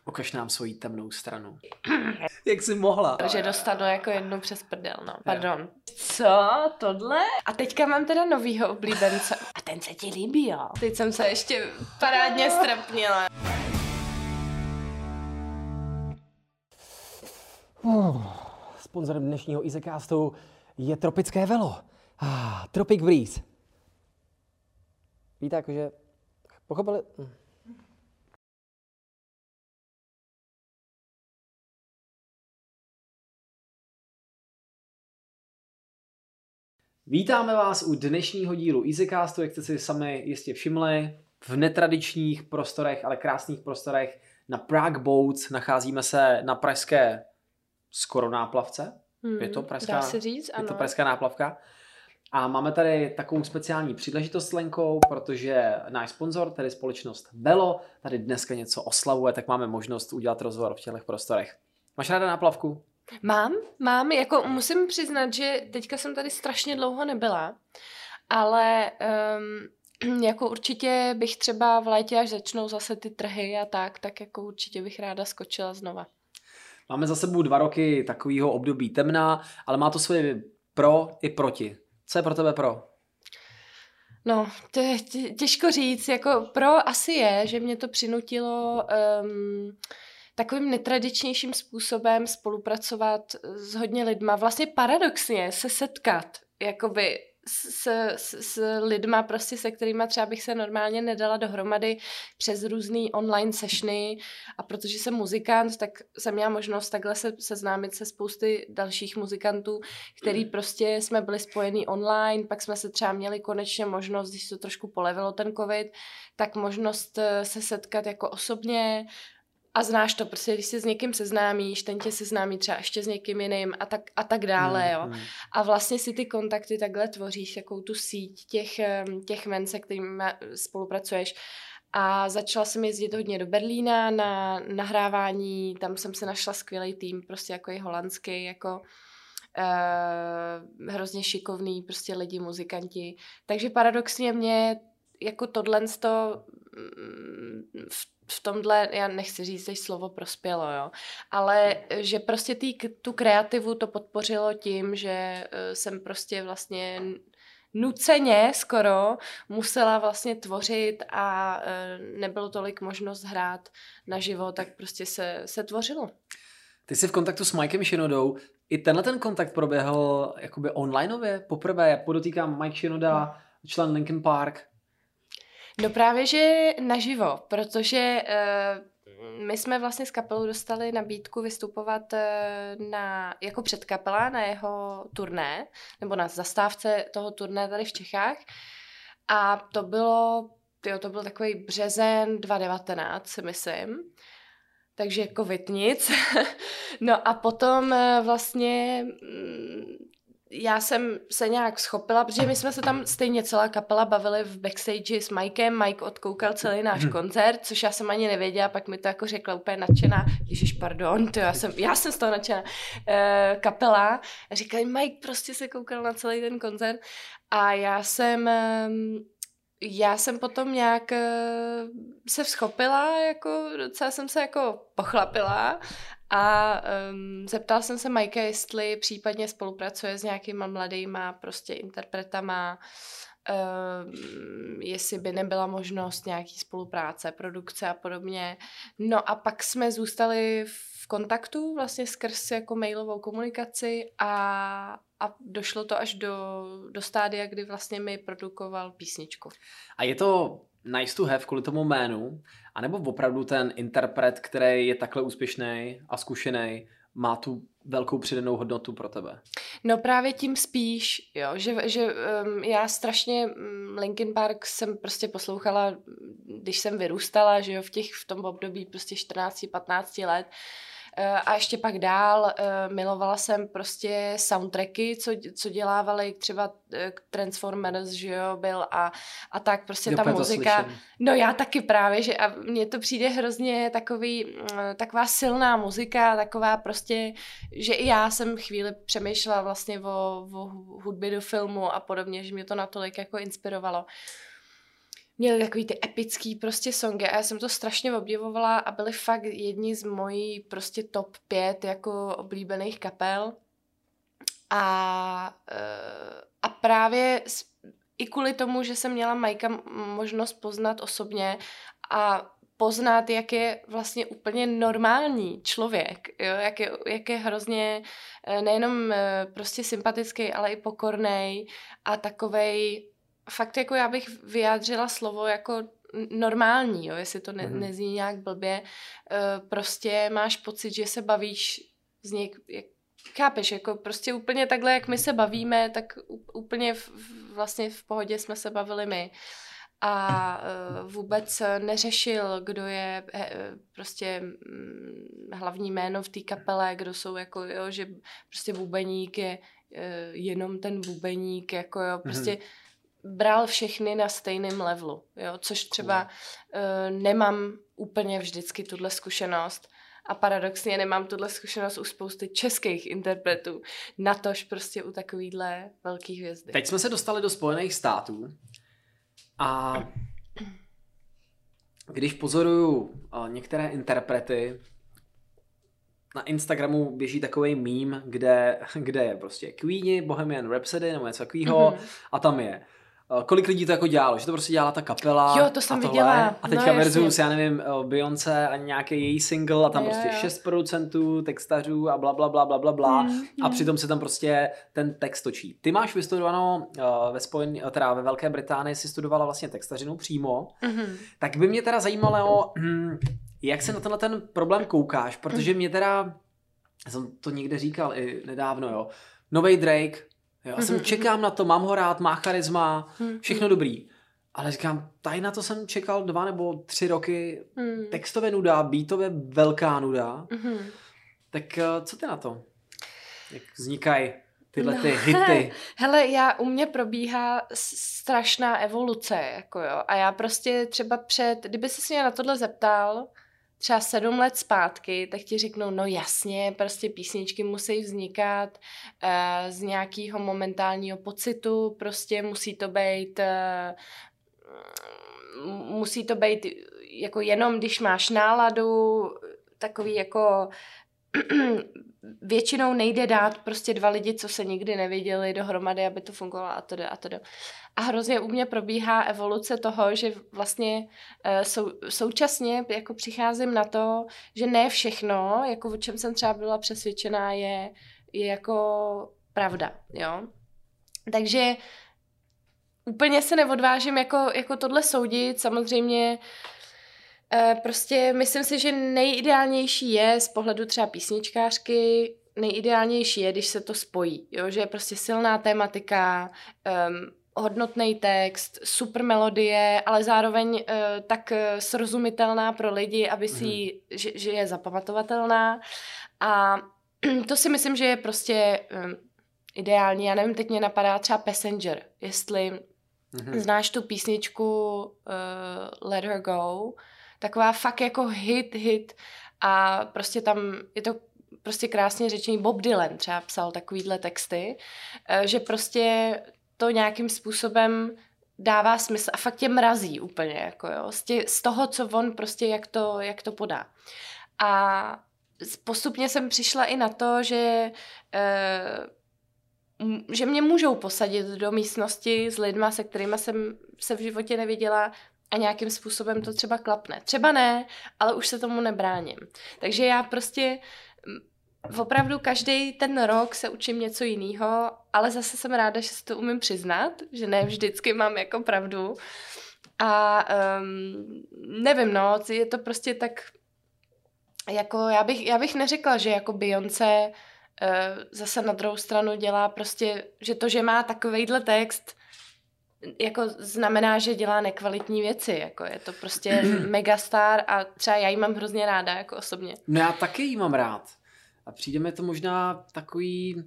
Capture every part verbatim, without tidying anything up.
Ukaž nám svoji temnou stranu. Jak jsi mohla? Že dostanu jako jednu přes prdel, no. Pardon. Co? Tohle? A teďka mám teda novýho oblíbence. A ten se ti líbí, jo? Teď jsem se ještě parádně strapnila. Oh, sponzorem dnešního EasyCastu je tropické velo. Ah, Tropic Breeze. Víte, jakože... Pochopili? Hm. Vítáme vás u dnešního dílu EasyCastu, jak jste si sami jistě všimli, v netradičních prostorech, ale krásných prostorech na Prague Boats. Nacházíme se na pražské skoro náplavce. Hmm, je to pražská, dá se říct, ano. Je to pražská náplavka. A máme tady takovou speciální příležitost s Lenkou, protože náš sponzor, tedy společnost Velo, tady dneska něco oslavuje, tak máme možnost udělat rozhovor v těchto prostorech. Máš ráda náplavku? Mám, mám, jako musím přiznat, že teďka jsem tady strašně dlouho nebyla, ale um, jako určitě bych třeba v létě, až začnou zase ty trhy a tak, tak jako určitě bych ráda skočila znova. Máme za sebou dva roky takového období temna, ale má to svoje pro i proti. Co je pro tebe pro? No, to je těžko říct, jako pro asi je, že mě to přinutilo um, takovým netradičnějším způsobem spolupracovat s hodně lidma. Vlastně paradoxně se setkat, jakoby s, s, s lidma, prostě se kterýma třeba bych se normálně nedala dohromady přes různý online sessiony, a protože jsem muzikant, tak jsem měla možnost takhle se seznámit se spousty dalších muzikantů, který prostě jsme byli spojení online, pak jsme se třeba měli konečně možnost, když se to trošku polevilo ten covid, tak možnost se setkat jako osobně. A znáš to, prostě když se s někým seznámíš, ten tě seznámí třeba ještě s někým jiným a tak, a tak dále, jo. Mm. A vlastně si ty kontakty takhle tvoříš, jakou tu síť těch, těch men, se kterými spolupracuješ. A začala jsem jezdit hodně do Berlína na nahrávání, tam jsem se našla skvělý tým, prostě jako i holandský, jako uh, hrozně šikovný prostě lidi, muzikanti. Takže paradoxně mě jako tohleto v v tomhle, já nechci říct, že slovo prospělo, jo, ale že prostě tý, tu kreativu to podpořilo tím, že jsem prostě vlastně nuceně skoro musela vlastně tvořit a nebylo tolik možnost hrát naživo, tak prostě se, se tvořilo. Ty jsi v kontaktu s Mikem Shinodou. I tenhle ten kontakt proběhl jakoby onlineově poprvé. Podotýkám Mike Shinoda, člen Linkin Park. No právě, že naživo, protože uh, my jsme vlastně s kapelou dostali nabídku vystupovat uh, na, jako předkapela na jeho turné, nebo na zastávce toho turné tady v Čechách. A to bylo, tyjo, to byl takový březen dva tisíce devatenáct, si myslím. Takže covid nic. No a potom uh, vlastně... Um, já jsem se nějak schopila, protože my jsme se tam stejně celá kapela bavili v backstage s Mikem, Mike odkoukal celý náš koncert, což já jsem ani nevěděla, pak mi to jako řekla úplně nadšená, ježiš, pardon, to já jsem, já jsem z toho nadšená, e, kapela, a říkali, Mike prostě se koukal na celý ten koncert a já jsem... E, Já jsem potom nějak se vzchopila, jako docela jsem se jako pochlapila a um, zeptala jsem se Majka, jestli případně spolupracuje s nějakýma mladýma prostě interpretama, um, jestli by nebyla možnost nějaký spolupráce, produkce a podobně. No a pak jsme zůstali v kontaktu vlastně skrz jako mailovou komunikaci a A došlo to až do, do stádia, kdy vlastně mi produkoval písničku. A je to nice to have kvůli tomu jménu? A nebo opravdu ten interpret, který je takhle úspěšný a zkušený, má tu velkou přidanou hodnotu pro tebe? No právě tím spíš, jo, že, že um, já strašně um, Linkin Park jsem prostě poslouchala, když jsem vyrůstala, že jo, v těch v tom období prostě čtrnáct patnáct let. A ještě pak dál milovala jsem prostě soundtracky, co, co dělávali třeba Transformers, že jo, byl a, a tak prostě jo, ta muzika. No já taky právě, že a mně to přijde hrozně takový, taková silná muzika, taková prostě, že i já jsem chvíli přemýšlela vlastně o, o hudbě do filmu a podobně, že mě to natolik jako inspirovalo. měli takový ty epický prostě songy a já jsem to strašně obdivovala a byly fakt jedni z mojí prostě top pět jako oblíbených kapel. A, a právě i kvůli tomu, že jsem měla Mikea možnost poznat osobně a poznat, jak je vlastně úplně normální člověk, jo? Jak, je, jak je hrozně nejenom prostě sympatický, ale i pokornej a takovej, fakt jako já bych vyjádřila slovo jako normální, jo? Jestli to ne, mm-hmm. nezní nějak blbě, prostě máš pocit, že se bavíš z něk, chápeš, jako prostě úplně takhle, jak my se bavíme, tak úplně v, vlastně v pohodě jsme se bavili my. A uh, vůbec neřešil, kdo je uh, prostě um, hlavní jméno v té kapele, kdo jsou jako, jo, že prostě bubeník je uh, jenom ten bubeník, jako jo, prostě mm-hmm. bral všechny na stejném levelu, jo, což třeba uh, nemám úplně vždycky tuhle zkušenost. A paradoxně nemám tuhle zkušenost u spousty českých interpretů, natož prostě u takovýhle velkých hvězdy. Teď jsme se dostali do Spojených států a když pozoruju některé interprety, na Instagramu běží takovej meme, kde, kde je prostě Queenie, Bohemian Rhapsody nebo něco takového mm-hmm. a tam je kolik lidí to jako dělalo, že to prostě dělala ta kapela. Jo, to jsem a tohle, viděla. A teďka no, versus, já nevím, Beyoncé a nějaký její single a tam jo, prostě jo. šest producentů, textařů a bla bla bla bla bla bla mm, a mm. přitom se tam prostě ten text točí. Ty máš vystudovanou uh, ve Spojen, teda ve Velké Británii si studovala vlastně textařinu přímo, mm-hmm. tak by mě teda zajímalo, hm, jak se na tenhle ten problém koukáš, protože mě teda, já jsem to někde říkal i nedávno, jo, novej Drake, jo, já jsem čekám na to, mám ho rád, má charisma, všechno dobrý. Ale říkám, tady na to jsem čekal dva nebo tři roky, textově nuda, beatově velká nuda. Tak co ty na to? Jak vznikají tyhle no, ty hity? Hele, já, u mě probíhá strašná evoluce, jako jo. A já prostě třeba před, kdyby se mě na tohle zeptal, třeba sedm let zpátky, tak ti řeknou, no jasně, prostě písničky musí vznikat uh, z nějakého momentálního pocitu, prostě musí to být uh, musí to být jako jenom, když máš náladu, takový jako většinou nejde dát prostě dva lidi, co se nikdy neviděli dohromady, aby to fungovalo a to a to. A hrozně u mě probíhá evoluce toho, že vlastně uh, sou, současně jako přicházím na to, že ne všechno, jako o čem jsem třeba byla přesvědčená, je, je jako pravda, jo. Takže úplně se neodvážím jako, jako tohle soudit, samozřejmě prostě myslím si, že nejideálnější je z pohledu třeba písničkářky, nejideálnější je, když se to spojí, jo? Že je prostě silná tematika, um, hodnotný text, super melodie, ale zároveň uh, tak srozumitelná pro lidi, aby si, mm. že, že je zapamatovatelná. A to si myslím, že je prostě um, ideální. Já nevím, teď mě napadá třeba Passenger, jestli mm-hmm. znáš tu písničku uh, Let Her Go, taková fakt jako hit, hit a prostě tam je to prostě krásně řečený. Bob Dylan třeba psal takovýhle texty, že prostě to nějakým způsobem dává smysl a fakt tě mrazí úplně, jako jo, z, tě, z toho, co on prostě, jak to, jak to podá. A postupně jsem přišla i na to, že eh, že mě můžou posadit do místnosti s lidma, se kterými jsem se v životě neviděla, a nějakým způsobem to třeba klapne. Třeba ne, ale už se tomu nebráním. Takže já prostě opravdu každý ten rok se učím něco jiného, ale zase jsem ráda, že si to umím přiznat, že ne vždycky mám jako pravdu. A um, nevím, no, je to prostě tak, jako já bych, já bych neřekla, že jako Beyoncé uh, zase na druhou stranu dělá prostě, že to, že má takovejhle text, jako znamená, že dělá nekvalitní věci, jako je to prostě megastar a třeba já jí mám hrozně ráda, jako osobně. No já taky jí mám rád. A přijde mi to možná takový,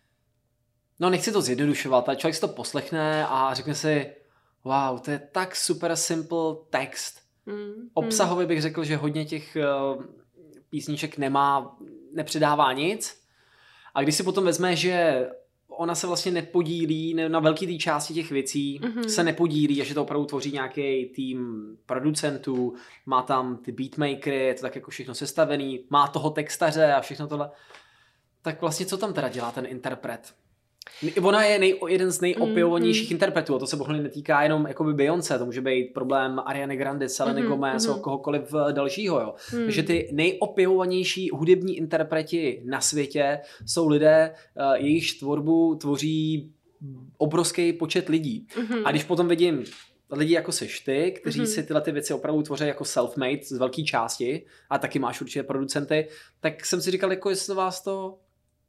no nechci to zjednodušovat, ale člověk si to poslechne a řekne si, wow, to je tak super simple text. Mm, Obsahově bych řekl, že hodně těch uh, písniček nemá, nepředává nic. A když si potom vezme, že ona se vlastně nepodílí, ne, na velký té části těch věcí mm-hmm. se nepodílí, že to opravdu tvoří nějaký tým producentů, má tam ty beatmakery, je to tak jako všechno sestavený, má toho textaře a všechno tohle. Tak vlastně co tam teda dělá ten interpret? Ona je nej, jeden z nejopěvovanějších mm-hmm. interpretů, a to se bohužel netýká jenom jakoby Beyoncé, to může být problém Ariany Grande, Seleny mm-hmm. Gomez, mm-hmm. kohokoliv dalšího. Jo. Mm. Takže ty nejopěvovanější hudební interpreti na světě jsou lidé, jejichž tvorbu tvoří obrovský počet lidí. Mm-hmm. A když potom vidím lidi jako seš ty, kteří mm-hmm. si tyhle ty věci opravdu tvoří jako self-made z velké části, a taky máš určitě producenty, tak jsem si říkal, jako jestli vás to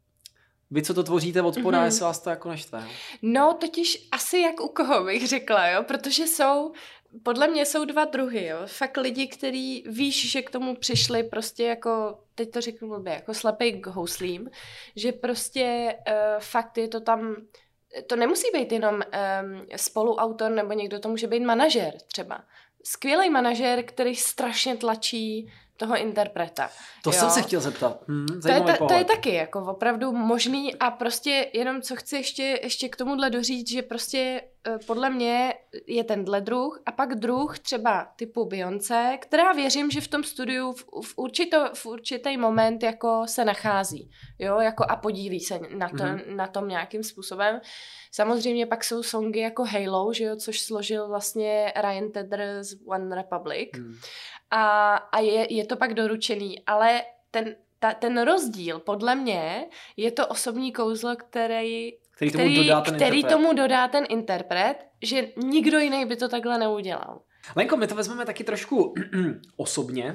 vy, co to tvoříte od spoda, mm-hmm. jestli vás to jako naštve. No, totiž asi jak u koho bych řekla, jo, protože jsou, podle mě jsou dva druhy, jo, fakt lidi, kteří víš, že k tomu přišli prostě jako, teď to řeknu blbě, jako slepej k houslím, že prostě uh, fakt je to tam, to nemusí být jenom um, spoluautor nebo někdo, to může být manažer třeba. Skvělý manažer, který strašně tlačí toho interpreta. To jo? jsem se chtěl zeptat. Hm, to, je ta, to je taky jako opravdu možný a prostě jenom co chci ještě, ještě k tomuhle doříct, že prostě podle mě je tenhle druh a pak druh třeba typu Beyoncé, která věřím, že v tom studiu v, v, určito, v určitý moment jako se nachází, jo, jako a podílí se na, to, mm-hmm. na tom nějakým způsobem. Samozřejmě pak jsou songy jako Halo, že jo, což složil vlastně Ryan Tedder z One Republic. Mm. A, a je, je to pak doručený, ale ten, ta, ten rozdíl podle mě je to osobní kouzlo, který, který, tomu, který, dodá ten který tomu dodá ten interpret, že nikdo jiný by to takhle neudělal. Lenko, my to vezmeme taky trošku osobně,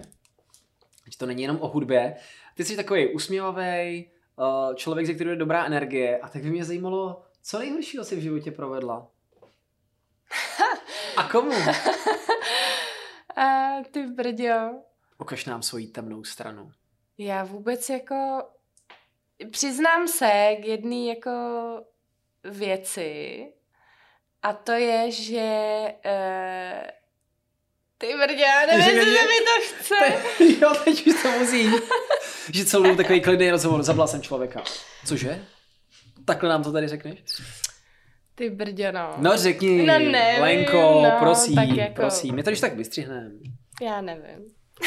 že to není jenom o hudbě. Ty jsi takový usměvavý uh, člověk, ze kterého je dobrá energie, a tak by mě zajímalo, co nejhoršího jsi v životě provedla? A komu? A ty brďo. Ukaž nám svoji temnou stranu. Já vůbec jako přiznám se k jedné jako věci, a to je, že uh, ty brďo, já nevím, že mi to chce. Te, jo, teď už to musí. Že celou dobu takový klidný rozhovor, zabila jsem člověka. Cože? Takhle nám to tady řekneš? Ty brďo, no. No řekni, no, nevím, Lenko, no, prosím, jako... prosím. My to když tak vystřihneme. Já nevím.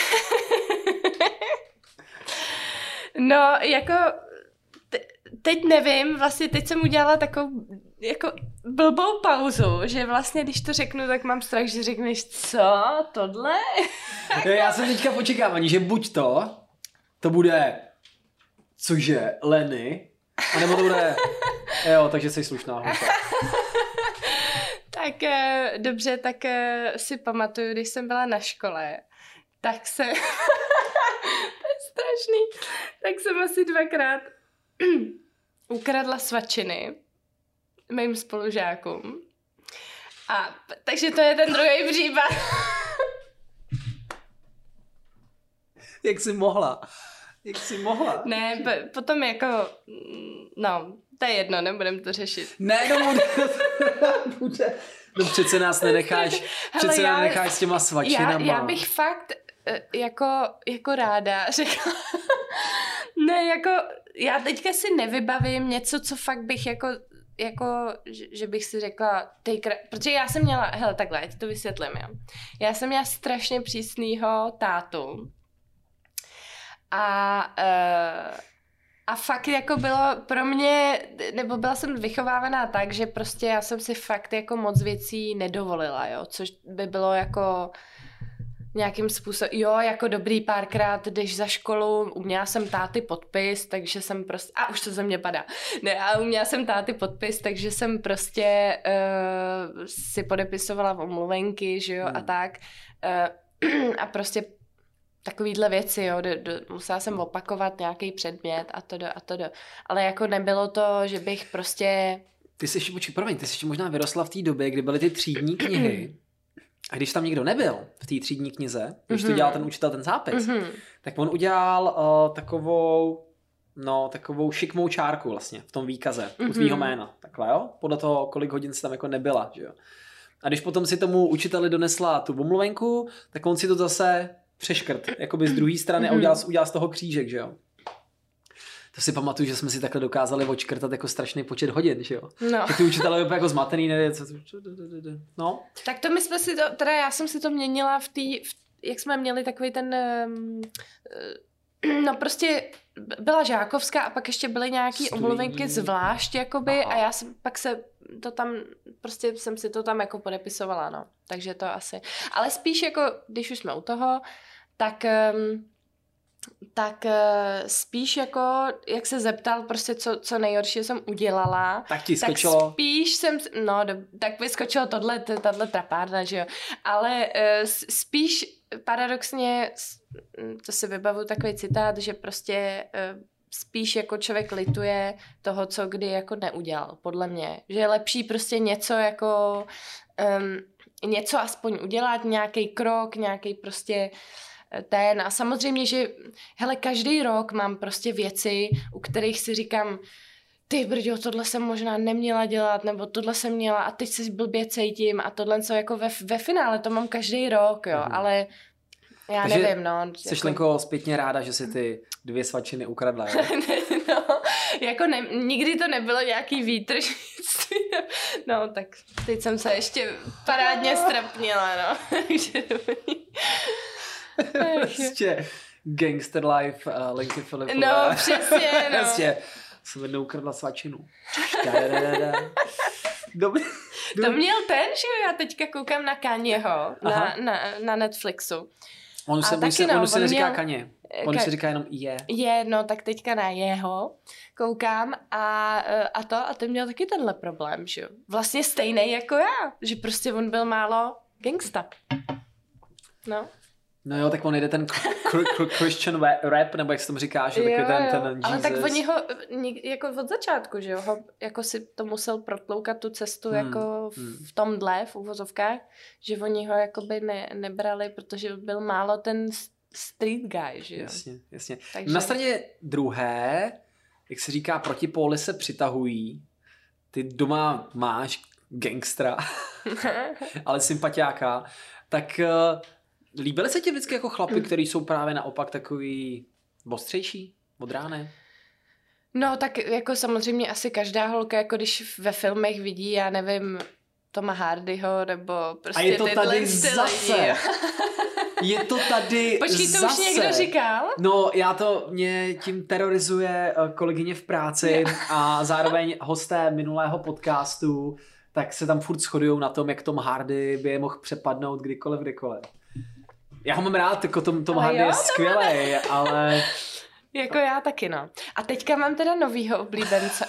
No, jako te, teď nevím, vlastně teď jsem udělala takovou jako blbou pauzu, že vlastně když to řeknu, tak mám strach, že řekneš, co, tohle? Já jsem teďka v očekávání, že buď to, to bude, cože, Lenny, anebo to bude, jo, takže jsi slušná holka. Tak eh, dobře, tak eh, si pamatuju, když jsem byla na škole, tak se, to je strašný, tak jsem asi dvakrát ukradla svačiny mým spolužákům. A takže to je ten druhý případ. Jak jsi mohla? Jak jsi mohla? Ne, p- potom jako, no, to je jedno, nebudem to řešit. Ne, no bude, bude. No přece nás nenecháš, Hele, přece já, nás necháš s těma svačinama. Já, já bych fakt jako, jako ráda řekla, ne, jako, já teďka si nevybavím něco, co fakt bych jako, jako, že, že bych si řekla, tejkra, protože já jsem měla, hele, takhle, já ti to vysvětlím, jo. Já jsem měla strašně přísnýho tátu a uh, A fakt jako bylo pro mě, nebo byla jsem vychovávaná tak, že prostě já jsem si fakt jako moc věcí nedovolila, jo, což by bylo jako nějakým způsobem, jo, jako dobrý párkrát, když za školu, uměla jsem táty podpis, takže jsem prostě, a už to ze mě padá, ne, a uměla jsem táty podpis, takže jsem prostě uh, si podepisovala omluvenky, že jo, hmm. a tak, uh, a prostě takovýhle věci, jo, do, do, musela jsem opakovat nějaký předmět a to do, a to do. Ale jako nebylo to, že bych prostě... Ty jsi, počkej, promiň, ty jsi možná vyrostla v té době, kdy byly ty třídní knihy a když tam někdo nebyl v té třídní knize, když mm-hmm. to dělal ten učitel ten zápis, mm-hmm. tak on udělal uh, takovou, no, takovou šikmou čárku vlastně v tom výkaze mm-hmm. u tvýho jména. Takhle, jo? Podle toho, kolik hodin jsi tam jako nebyla, že jo. A když potom si tomu učiteli donesla tu omluvenku, tak on si to zase přeškrt, jakoby z druhé strany mm-hmm. a udělal, udělal z toho křížek, že jo. To si pamatuju, že jsme si takhle dokázali odškrtat jako strašný počet hodin, že jo? No. Že ty učitelé úplně jako zmatený, nevím, co... No. Tak to my jsme si to, teda já jsem si to měnila v té, jak jsme měli takový ten, um, no prostě byla žákovská a pak ještě byly nějaký omluvenky zvlášť, jakoby, Aha. a já jsem pak se to tam, prostě jsem si to tam jako podepisovala, no. Takže to asi. Ale spíš jako, když už jsme u toho, tak... Um, tak uh, spíš jako, jak se zeptal prostě, co, co nejhorší jsem udělala. Tak ti skočilo. Tak spíš jsem, no, do, tak by skočilo tohle, tahle trapárna, že jo. Ale uh, spíš paradoxně, to si vybavuju takový citát, že prostě uh, spíš jako člověk lituje toho, co kdy jako neudělal, podle mě. Že je lepší prostě něco jako, um, něco aspoň udělat, nějaký krok, nějaký prostě ten a samozřejmě, že hele, každý rok mám prostě věci, u kterých si říkám, ty brďo, tohle jsem možná neměla dělat, nebo tohle jsem měla a teď se blbě cítím a tohle co jako ve, ve finále, to mám každý rok, jo, mm. ale já Takže nevím, no. Jsi jako... Lenko zpětně ráda, že si ty dvě svačiny ukradla, jo? No, jako ne, nikdy to nebylo nějaký výtržnictví. No, tak teď jsem se ještě parádně strapnila, no. Takže Prostě gangster life uh, Lenky Filipové. No, přesně, no. Prostě jsem jednou ukradla svačinu. Dobrý. To měl ten, že jo, já teďka koukám na Kanyeho na, na, na Netflixu. On se, on se, no, on se neříká měl... Kanye, on Ka... se říká jenom je. Je, no tak teďka na jeho koukám a, a to, a ten měl taky tenhle problém, že jo. Vlastně stejný jako já, že prostě on byl málo gangsta. No. No jo, tak on jde ten Christian rap, nebo jak se tomu říká, že takový ten, ten Jesus. Ale tak oni ho, jako od začátku, že jo, ho, jako si to musel protloukat tu cestu, hmm. jako v, v tomhle, v uvozovkách, že oni ho jakoby ne, nebrali, protože byl málo ten street guy, že jo. Jasně, jasně. Takže... Na straně druhé, jak se říká, protipóly se přitahují, ty doma máš gangstra, ale sympatiáka, tak... Líbily se ti vždycky jako chlapy, který jsou právě naopak takový ostřejší, odrány? No tak jako samozřejmě asi každá holka, jako když ve filmech vidí, já nevím, Toma Hardyho, nebo prostě a je to tady zase. Je to tady Počkej, to zase. už někdo říkal? No, já to, mě tím terorizuje kolegyně v práci a zároveň hosté minulého podcastu, tak se tam furt shodujou na tom, jak Tom Hardy by je mohl přepadnout kdykoliv, kdykoliv. Já ho mám rád, jako Tom, Tom Hardy je skvělej, ale... Jako já taky, no. A teďka mám teda novýho oblíbence.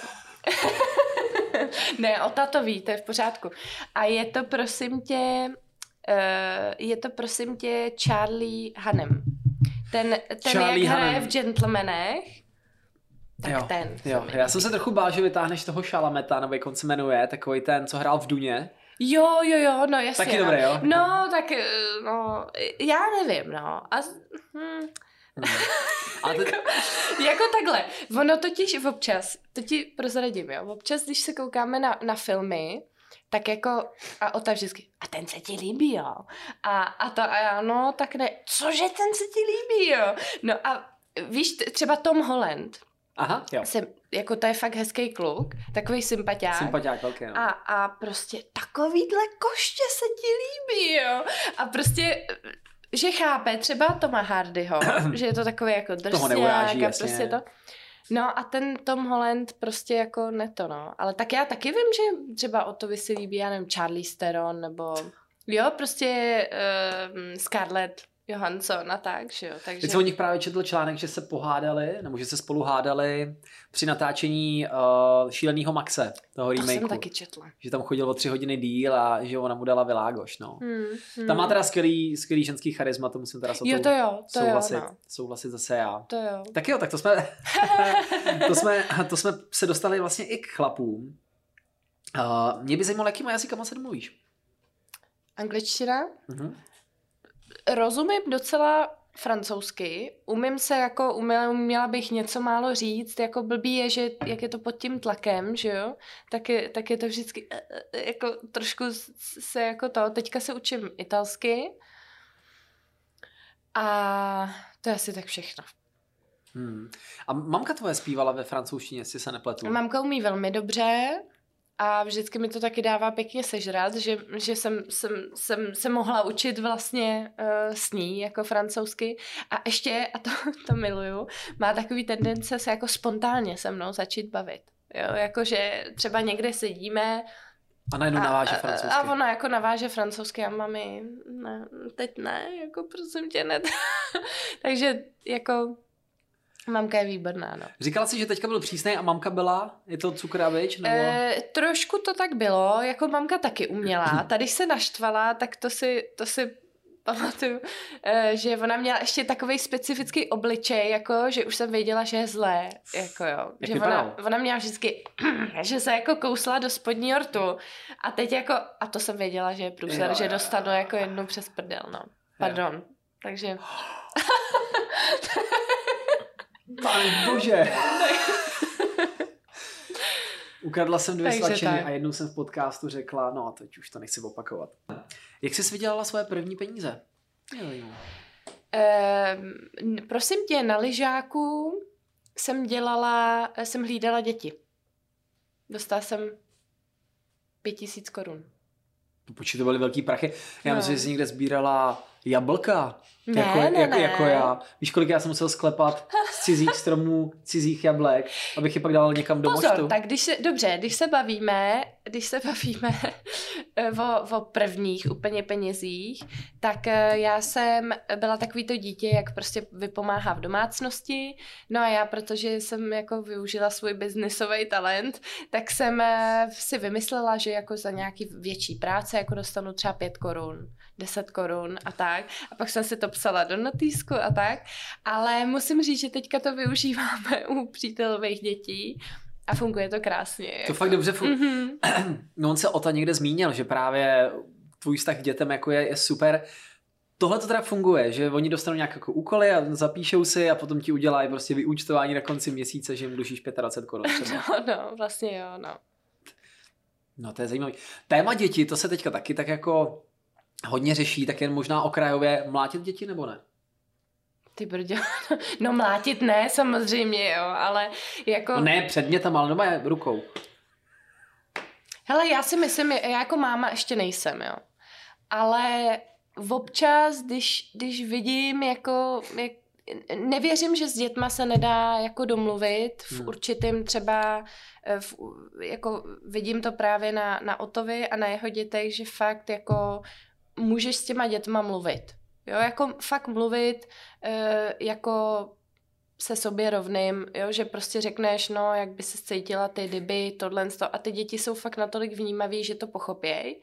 Ne, o tatový, to je v pořádku. A je to prosím tě, uh, je to prosím tě Charlie Hunnam. Ten, ten Charlie jak hraje Hunnam. v Gentlemanech, tak jo, ten. Jo. Já jsem se trochu bál, že vytáhneš toho Chalameta, nebo jak on se jmenuje, takový ten, co hrál v Duně. Jo, jo, jo, no jasně. Taky no. dobré, jo? No, tak, no, já nevím, no. A, hm. Hmm. A te... jako, jako takhle, ono totiž občas, to ti prozradím, jo, občas, když se koukáme na, na filmy, tak jako, a Ota vždycky, a ten se ti líbí, jo. A, a to, a já, no, tak ne, cože ten se ti líbí, jo. No a víš, třeba Tom Holland, Aha, jo. Jsem, jako to je fakt hezký kluk, takový sympatiák. Sympatiák velký, no. A, a prostě takovýhle koště se ti líbí, jo. A prostě, že chápe třeba Toma Hardyho, že je to takový jako drsňák a prostě to. No a ten Tom Holland prostě jako ne to, no. Ale tak já taky vím, že třeba o to si líbí, já nevím, Charlize Theron, nebo jo, prostě uh, Scarlett Johansson a tak, že jo. Takže... Teď jsem o nich právě četl článek, že se pohádali, nebo že se spolu hádali při natáčení uh, Šílenýho Maxe, toho remakeu. To jsem taky četla. Že tam chodil o tři hodiny díl a že ona mu dala Világoš, no. Hmm, hmm. Tam má teda skvělý, skvělý ženský charisma, to musím teda s jo, to jo, to souhlasit, jo, no. souhlasit zase já. To jo. Tak jo, tak to jsme, to jsme, to jsme se dostali vlastně i k chlapům. Uh, mě by zajímalo, jakýma jazykama se domluvíš? Angličtina? Uh-huh. Rozumím docela francouzsky, umím se jako, uměla, uměla bych něco málo říct, jako blbý je, že jak je to pod tím tlakem, že jo, tak je, tak je to vždycky jako trošku se jako to, teďka se učím italsky a to je asi tak všechno. Hmm. A mamka tvoje zpívala ve francouzštině, jestli se nepletu. Mamka umí velmi dobře a vždycky mi to taky dává pěkně sežrat, že, že jsem, jsem, jsem se mohla učit vlastně uh, s ní jako francouzsky. A ještě, a to, to miluju, má takový tendence se jako spontánně se mnou začít bavit. Jo, jakože třeba někde sedíme a najednou naváže a, francouzsky. A ona jako naváže francouzsky a mami, ne, teď ne, jako prosím tě, ne. Takže jako mamka je výborná, no. Říkala jsi, že teďka byl přísnej a mamka byla? Je to cukr a bič? Nebo... E, trošku to tak bylo, jako mamka taky uměla. Tady se naštvala, tak to si, to si pamatuju, e, že ona měla ještě takovej specifický obličej, jako, že už jsem věděla, že je zlé. Jako jo. Že ona, ona měla vždycky, že se jako kousla do spodního rtu a teď jako, a to jsem věděla, že je průser, jo, že dostanu jako jednu přes prdel, no. Pardon. Jo. Takže... Pane bože. Ukradla jsem dvě svačiny a jednou jsem v podcastu řekla, no a teď už to nechci opakovat. Jak jsi vydělala svoje první peníze? E, prosím tě, na lyžáku jsem dělala, jsem hlídala děti. Dostala jsem pět tisíc korun. Počkej, to byly velký prachy. Já no. myslím, že jsi někde sbírala jablka. Ne, jako, ne, jako, ne. jako já. Víš, kolik já jsem musel sklepat z cizích stromů, cizích jablek, abych je pak dal někam do Pozor, moštu. tak když se, dobře, když se bavíme, když se bavíme o, o prvních úplně penězích, tak já jsem byla takový to dítě, jak prostě vypomáhá v domácnosti. No a já, protože jsem jako využila svůj biznisový talent, tak jsem si vymyslela, že jako za nějaký větší práce jako dostanu třeba pět korun, deset korun a tak. A pak jsem si to psala do notýsku a tak. Ale musím říct, že teďka to využíváme u přítelových dětí a funguje to krásně. To jako. fakt dobře funguje. Mm-hmm. No on se o to někde zmínil, že právě tvůj vztah k dětem jako je, je super. Tohle to teda funguje, že oni dostanou nějaké jako úkoly a zapíšou si a potom ti udělají prostě vyúčtování na konci měsíce, že jim dlužíš dvacet pět korun. No, no, vlastně jo, no. No to je zajímavé. Téma děti, to se teďka taky tak jako hodně řeší, tak jen možná okrajově mlátit děti nebo ne? Ty brdě, no mlátit ne, samozřejmě, jo, ale jako... No ne předmětem, ale doma je rukou. Hele, já si myslím, já jako máma ještě nejsem, jo. Ale občas, když, když vidím jako... Jak, nevěřím, že s dětma se nedá jako domluvit v hmm. určitým třeba... V, jako vidím to právě na, na Otovi a na jeho dětech, že fakt jako můžeš s těma dětma mluvit. Jo, jako fakt mluvit e, jako se sobě rovným, jo, že prostě řekneš, no, jak by se cítila ty, kdyby, tohle, to, a ty děti jsou fakt natolik vnímaví, že to pochopěj.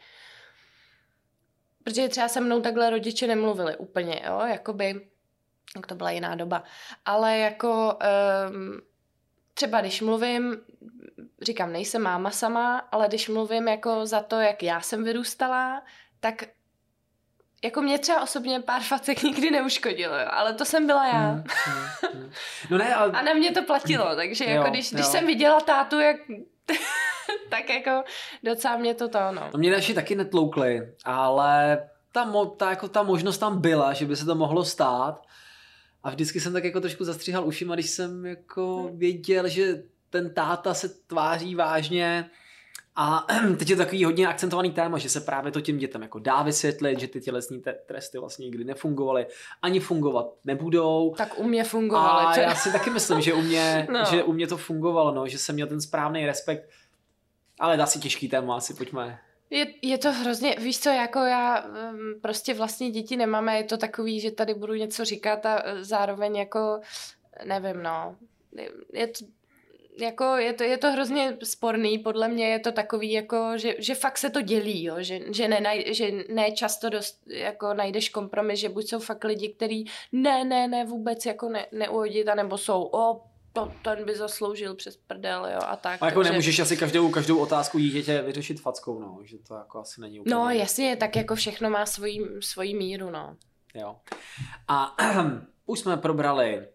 Protože třeba se mnou takhle rodiče nemluvili úplně, jo, jakoby, jak to byla jiná doba. Ale jako um, třeba když mluvím, říkám, nejsem máma sama, ale když mluvím jako za to, jak já jsem vyrůstala, tak jako mě třeba osobně pár facek nikdy neuškodilo, jo, ale to jsem byla já. Hmm, hmm, hmm. No ne, ale... A na mě to platilo, takže jo, jako když, když jsem viděla tátu, jak... tak jako docela mě to to, no. No mě naši taky netloukli, ale ta, mo- ta, jako ta možnost tam byla, že by se to mohlo stát. A vždycky jsem tak jako trošku zastříhal ušima, když jsem jako věděl, že ten táta se tváří vážně. A teď je takový hodně akcentovaný téma, že se právě to těm dětem jako dá vysvětlit, že ty tělesní te- tresty vlastně nikdy nefungovaly, ani fungovat nebudou. Tak u mě fungovaly. A já si taky myslím, že u mě, no. že u mě to fungovalo, no, že jsem měl ten správný respekt. Ale dá si těžký téma, asi pojďme. Je, je to hrozně, víš co, jako já um, prostě vlastně děti nemáme, je to takový, že tady budu něco říkat a zároveň jako, nevím, no, je to, jako je to, je to hrozně sporný, podle mě je to takový, jako, že, že fakt se to dělí, jo? Že, že, nenaj, že ne často dost, jako najdeš kompromis, že buď jsou fakt lidi, kteří ne, ne, ne, vůbec jako ne, neuhodit, anebo jsou, o, to, ten by zasloužil přes prdel, jo, a tak. A jako takže... nemůžeš asi každou, každou otázku dítěte vyřešit fackou, no, že to jako asi není úplně... No jasně, tak jako všechno má svoji, svoji míru, no. Jo. A už jsme probrali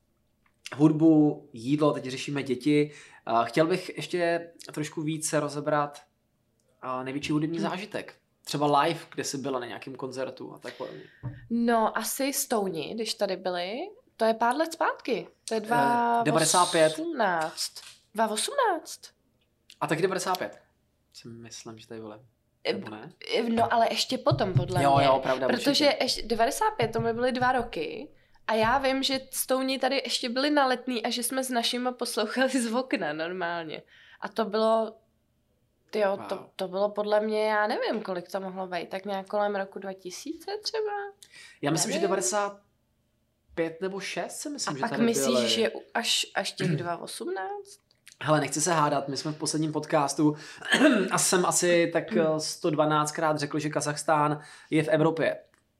hudbu, jídlo, teď řešíme děti. Chtěl bych ještě trošku více rozebrat největší hudební zážitek. Třeba live, kde jsi byla na nějakém koncertu a tak podobně. No, asi Stouni, když tady byli, to je pár let zpátky. To je dva devadesát pět. osmnáct. dva osmnáct. A taky devadesát pět. Si myslím, že tady byly. Nebo ne? No ale ještě potom, podle jo, mě. Jo, pravda, protože ještě devadesát pět, to mi byly dva roky. A já vím, že Stouni tady ještě byli na Letný a že jsme s našima poslouchali z okna normálně. A to bylo, tyjo, wow. to, to bylo podle mě, já nevím, kolik to mohlo být, tak nějak kolem roku dva tisíce třeba? Já myslím, nevím. že devadesát pět nebo šest si myslím, a že pak tady myslíš, byly. že až, až těch dva osmnáct? Hele, nechci se hádat, my jsme v posledním podcastu a jsem asi tak sto dvanáctkrát řekl, že Kazachstán je v Evropě.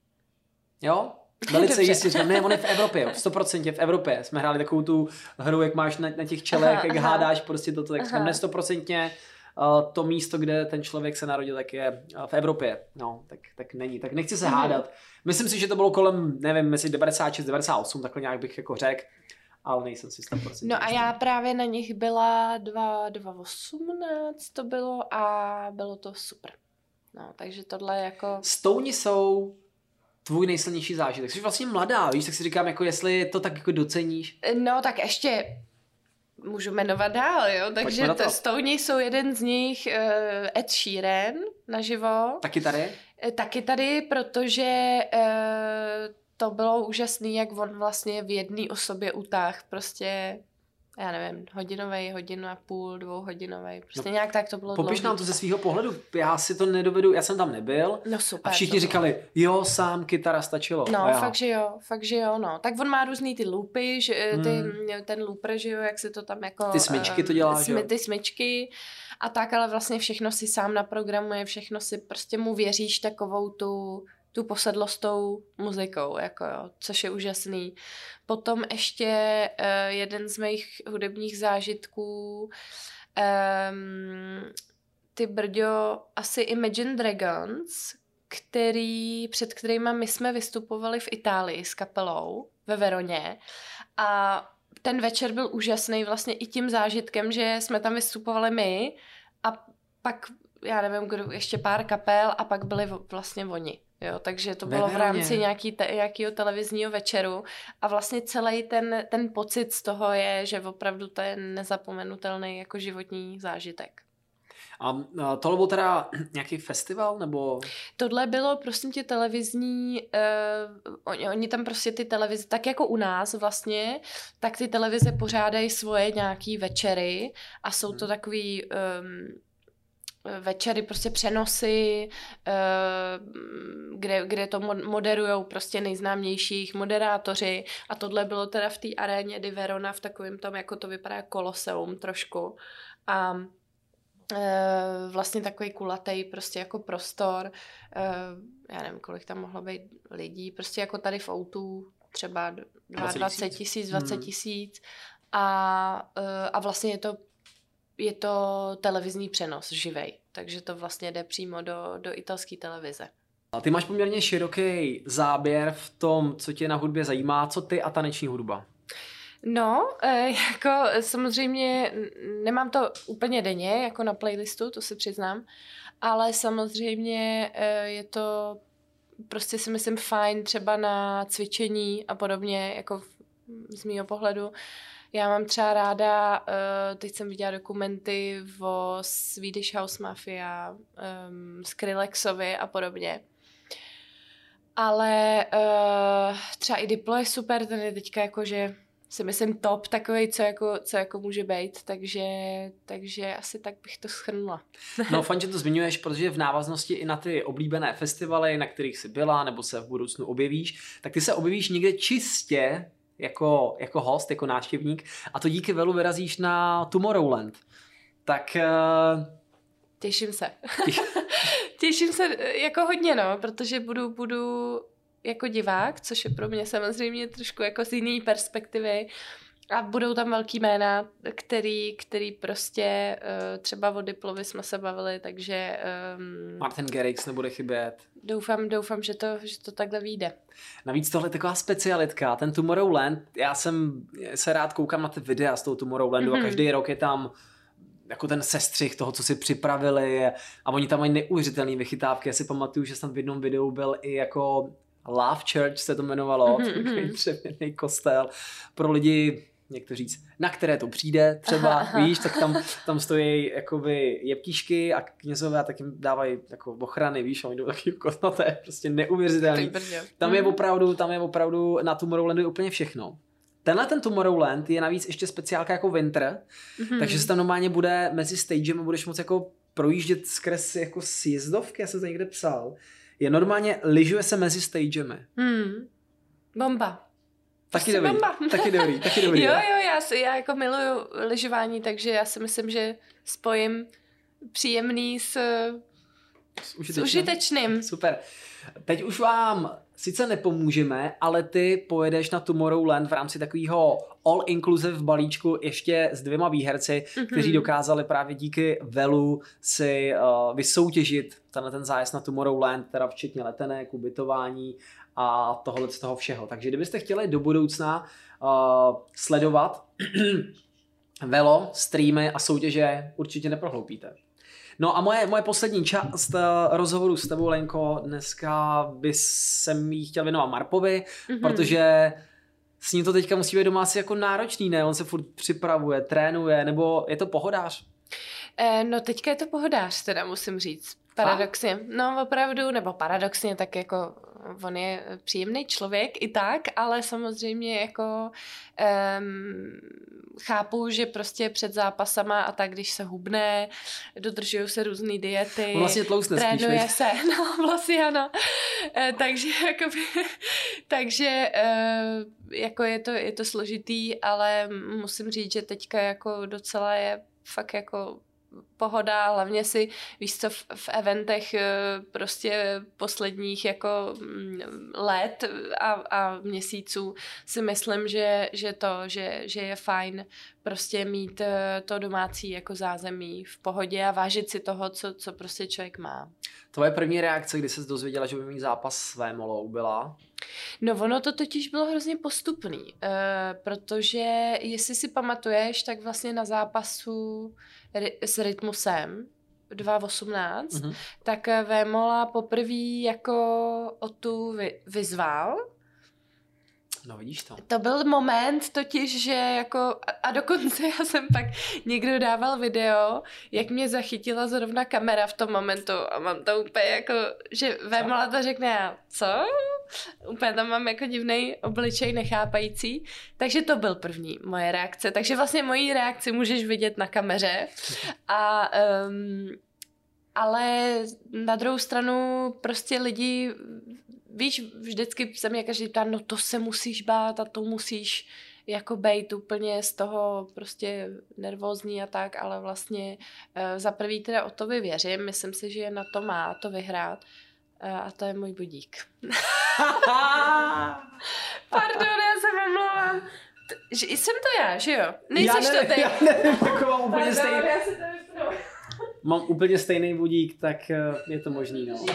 Jo? Velice jistě říkám, ne, on je v Evropě, sto procent v Evropě. Jsme hráli takovou tu hru, jak máš na, na těch čelech, aha, jak aha. hádáš prostě toto, tak říkám, ne sto procent uh, to místo, kde ten člověk se narodil, tak je uh, v Evropě. No, tak, tak není. Tak nechci se hádat. Myslím si, že to bylo kolem, nevím, mezi devadesát šest devadesát osm, takhle nějak bych jako řekl. Ale nejsem si sto procent. No a já právě na nich byla dva osmnáct to bylo a bylo to super. No, takže tohle jako... Stouni jsou tvůj nejsilnější zážitek. Jsi vlastně mladá, víš, tak si říkám, jako jestli to tak jako doceníš. No tak ještě můžu jmenovat dál, jo, takže to Stouni jsou jeden z nich, uh, Ed Sheeran naživo. Taky tady? Taky tady, protože... Uh, to bylo úžasný, jak on vlastně v jedné osobě utáh prostě, já nevím, hodinovej, hodinu a půl, dvouhodinovej, prostě no, nějak tak to bylo popiš dlouhý. nám to ze svého pohledu, já si to nedovedu, já jsem tam nebyl no super, a všichni říkali, jo, sám kytara stačilo. No, fakt, že jo, fakt, že jo, no. Tak on má různý ty loopy, že, ty, hmm. ten looper, že jo, jak se to tam jako... Ty smyčky to dělá, že jo? Ty smyčky a tak, ale vlastně všechno si sám naprogramuje, všechno si prostě mu věříš takovou tu... tu posedlost tou muzikou, jako jo, což je úžasný. Potom ještě uh, jeden z mých hudebních zážitků, um, ty brďo, asi Imagine Dragons, který, před kterýma my jsme vystupovali v Itálii s kapelou ve Veroně a ten večer byl úžasný vlastně i tím zážitkem, že jsme tam vystupovali my a pak, já nevím, kdo, ještě pár kapel a pak byli vlastně oni. Jo, takže to bylo v rámci nějaký te, nějakého televizního večeru a vlastně celý ten, ten pocit z toho je, že opravdu to je nezapomenutelný jako životní zážitek. A tohle byl teda nějaký festival, nebo? Tohle bylo prosím tě televizní, uh, oni, oni tam prostě ty televize, tak jako u nás vlastně, tak ty televize pořádají svoje nějaký večery a jsou to takový... Um, večery, prostě přenosy, kde, kde to moderujou prostě nejznámějších moderátoři a tohle bylo teda v té aréně di Verona v takovém tom, jako to vypadá koloseum trošku a vlastně takový kulatý prostě jako prostor, já nevím, kolik tam mohlo být lidí, prostě jako tady v Outu třeba dvacet tisíc, dvacet tisíc a, a vlastně je to je to televizní přenos, živej, takže to vlastně jde přímo do, do italské televize. A ty máš poměrně široký záběr v tom, co tě na hudbě zajímá, co ty a taneční hudba? No, jako samozřejmě nemám to úplně denně, jako na playlistu, to si přiznám, ale samozřejmě je to prostě si myslím fajn třeba na cvičení a podobně, jako z mýho pohledu. Já mám třeba ráda, uh, teď jsem viděla dokumenty o Swedish House Mafia, um, Skrillexovi a podobně. Ale uh, třeba i Diplo je super, ten je teďka jakože si myslím top takovej, co jako, co jako může být, takže, takže asi tak bych to shrnula. No fajn, že to zmiňuješ, protože v návaznosti i na ty oblíbené festivaly, na kterých jsi byla, nebo se v budoucnu objevíš, tak ty se objevíš někde čistě Jako, jako host, jako návštěvník a to díky Velu vyrazíš na Tomorrowland. Tak... Uh... Těším se. Těším se jako hodně, no, protože budu, budu jako divák, což je pro mě samozřejmě trošku jako z jiný perspektivy a budou tam velký jména, který, který prostě uh, třeba o Diplovi jsme se bavili, takže... Um, Martin Garrix nebude chybět. Doufám, doufám, že to, že to takhle vyjde. Navíc tohle je taková specialitka, ten Tomorrowland, já jsem se rád koukám na ty videa z toho Tomorrowlandu mm-hmm. a každý rok je tam jako ten sestřih toho, co si připravili a oni tam mají neuvěřitelný vychytávky. Já si pamatuju, že snad v jednom videu byl i jako Love Church se to jmenovalo, Mm-hmm. takový přeměnný kostel pro lidi, jak to říct, na které to přijde třeba, aha, víš, tak tam, tam stojí jakoby jeptišky a knězové a tak jim dávají jako ochrany, víš, a oni jdou taky kostel, to je prostě neuvěřitelný. Tam je opravdu, tam je opravdu na Tomorrowlandu úplně všechno. Tenhle ten Tomorrowland je navíc ještě speciálka jako winter, mm-hmm. takže se tam normálně bude mezi stagem a budeš moc jako projíždět skrz jako sjezdovky, já jsem to někde psal. Je normálně, lyžuje se mezi stagemi. Hmm. Bomba. Taky dobrý, bomba. taky dobrý, taky dobrý. Jo, jo, já, si, já jako miluju lyžování, takže já si myslím, že spojím příjemný s, s, užitečným. s užitečným. Super. Teď už vám sice nepomůžeme, ale ty pojedeš na Tomorrowland v rámci takového all-inclusive balíčku ještě s dvěma výherci, mm-hmm. kteří dokázali právě díky Velu si uh, vysoutěžit tenhle ten zájezd na Tomorrowland, teda včetně letenek, ubytování a tohle z toho všeho. Takže kdybyste chtěli do budoucna uh, sledovat Velo, streamy a soutěže, určitě neprohloupíte. No a moje, moje poslední část rozhovoru s tebou, Lenko, dneska by jsem jí chtěl věnovat Marpovi, mm-hmm. protože s ním to teďka musí být doma asi jako náročný, ne? On se furt připravuje, trénuje, nebo je to pohodář? Eh, no teďka je to pohodář, teda musím říct. Paradoxně. A? No opravdu, nebo paradoxně, tak jako on je příjemný člověk i tak, ale samozřejmě jako um, chápu, že prostě před zápasama a tak, když se hubne, dodržují se různý diety, on vlastně tlousne trénuje spíš, se, no vlastně ano. E, takže jakoby, takže e, jako je to, je to složitý, ale musím říct, že teďka jako docela je fakt jako pohoda, hlavně si, víš co, v, v eventech prostě posledních jako let a, a měsíců si myslím, že, že to, že, že je fajn prostě mít to domácí jako zázemí v pohodě a vážit si toho, co, co prostě člověk má. Tvoje první reakce, kdy jsi dozvěděla, že by mít zápas s Vémolou, byla? No ono to totiž bylo hrozně postupný, uh, protože jestli si pamatuješ, tak vlastně na zápasu ry- s Rytmusem dva tisíce osmnáct, mm-hmm. tak Vémola poprvé jako o tu vy- vyzval. No vidíš to. To byl moment totiž, že jako, a dokonce já jsem pak někdo dával video, jak mě zachytila zrovna kamera v tom momentu a mám to úplně jako, že Vémola to řekne a co? Úplně tam mám jako divnej obličej nechápající, takže to byl první moje reakce, takže vlastně moji reakci můžeš vidět na kameře a um, ale na druhou stranu prostě lidi, víš, vždycky se mě každý ptá, no to se musíš bát a to musíš jako bejt úplně z toho prostě nervózní a tak, ale vlastně uh, za prvý teda o to věřím, myslím si, že na to má to vyhrát uh, a to je můj budík. Pardon, já se omlouvám. T- že jsem to já, že jo? Nejseš to ty. Já nevím, jako mám úplně stejný. Mám úplně stejný budík, tak je to možný, no.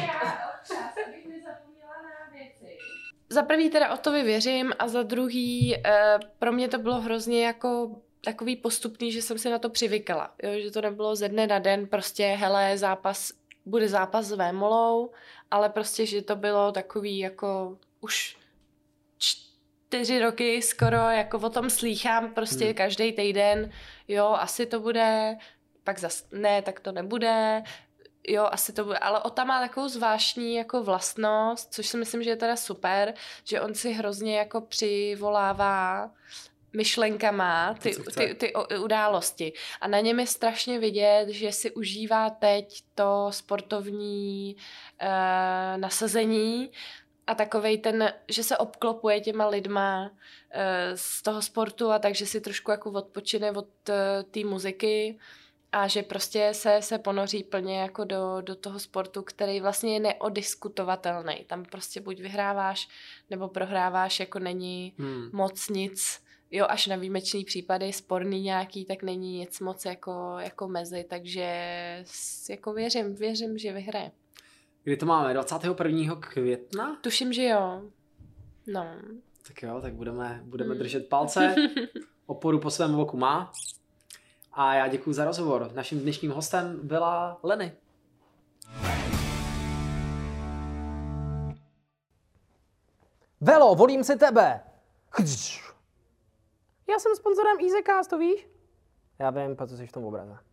Za prvý teda o to věřím a za druhý eh, pro mě to bylo hrozně jako takový postupný, že jsem si na to přivykala. Jo? Že to nebylo ze dne na den, prostě hele, zápas, bude zápas s Vémolou, ale prostě, že to bylo takový jako už čtyři roky skoro, jako o tom slýchám prostě hmm. každý týden, jo, asi to bude, pak zas ne, tak to nebude, jo, asi to bude, ale Ota má takovou zvláštní jako vlastnost, což si myslím, že je teda super, že on si hrozně jako přivolává myšlenkama ty, ty, ty události. A na něm je strašně vidět, že si užívá teď to sportovní uh, nasazení a takovej ten, že se obklopuje těma lidma uh, z toho sportu a takže si trošku jako odpočine od uh, té muziky a že prostě se, se ponoří plně jako do, do toho sportu, který vlastně je neodiskutovatelný. Tam prostě buď vyhráváš, nebo prohráváš, jako není hmm. moc nic. Jo, až na výjimečný případy, sporný nějaký, tak není nic moc jako, jako mezi, takže jako věřím, věřím, že vyhraje. Kdy to máme? dvacátého prvního května? Tuším, že jo. No. Tak jo, tak budeme, budeme hmm. držet palce. Oporu po svém boku má. A já děkuji za rozhovor. Naším dnešním hostem byla Lenny. Velo, volím si tebe. Já jsem sponzorem EasyCast, to víš? Já vím, protože jsi v tom obraze.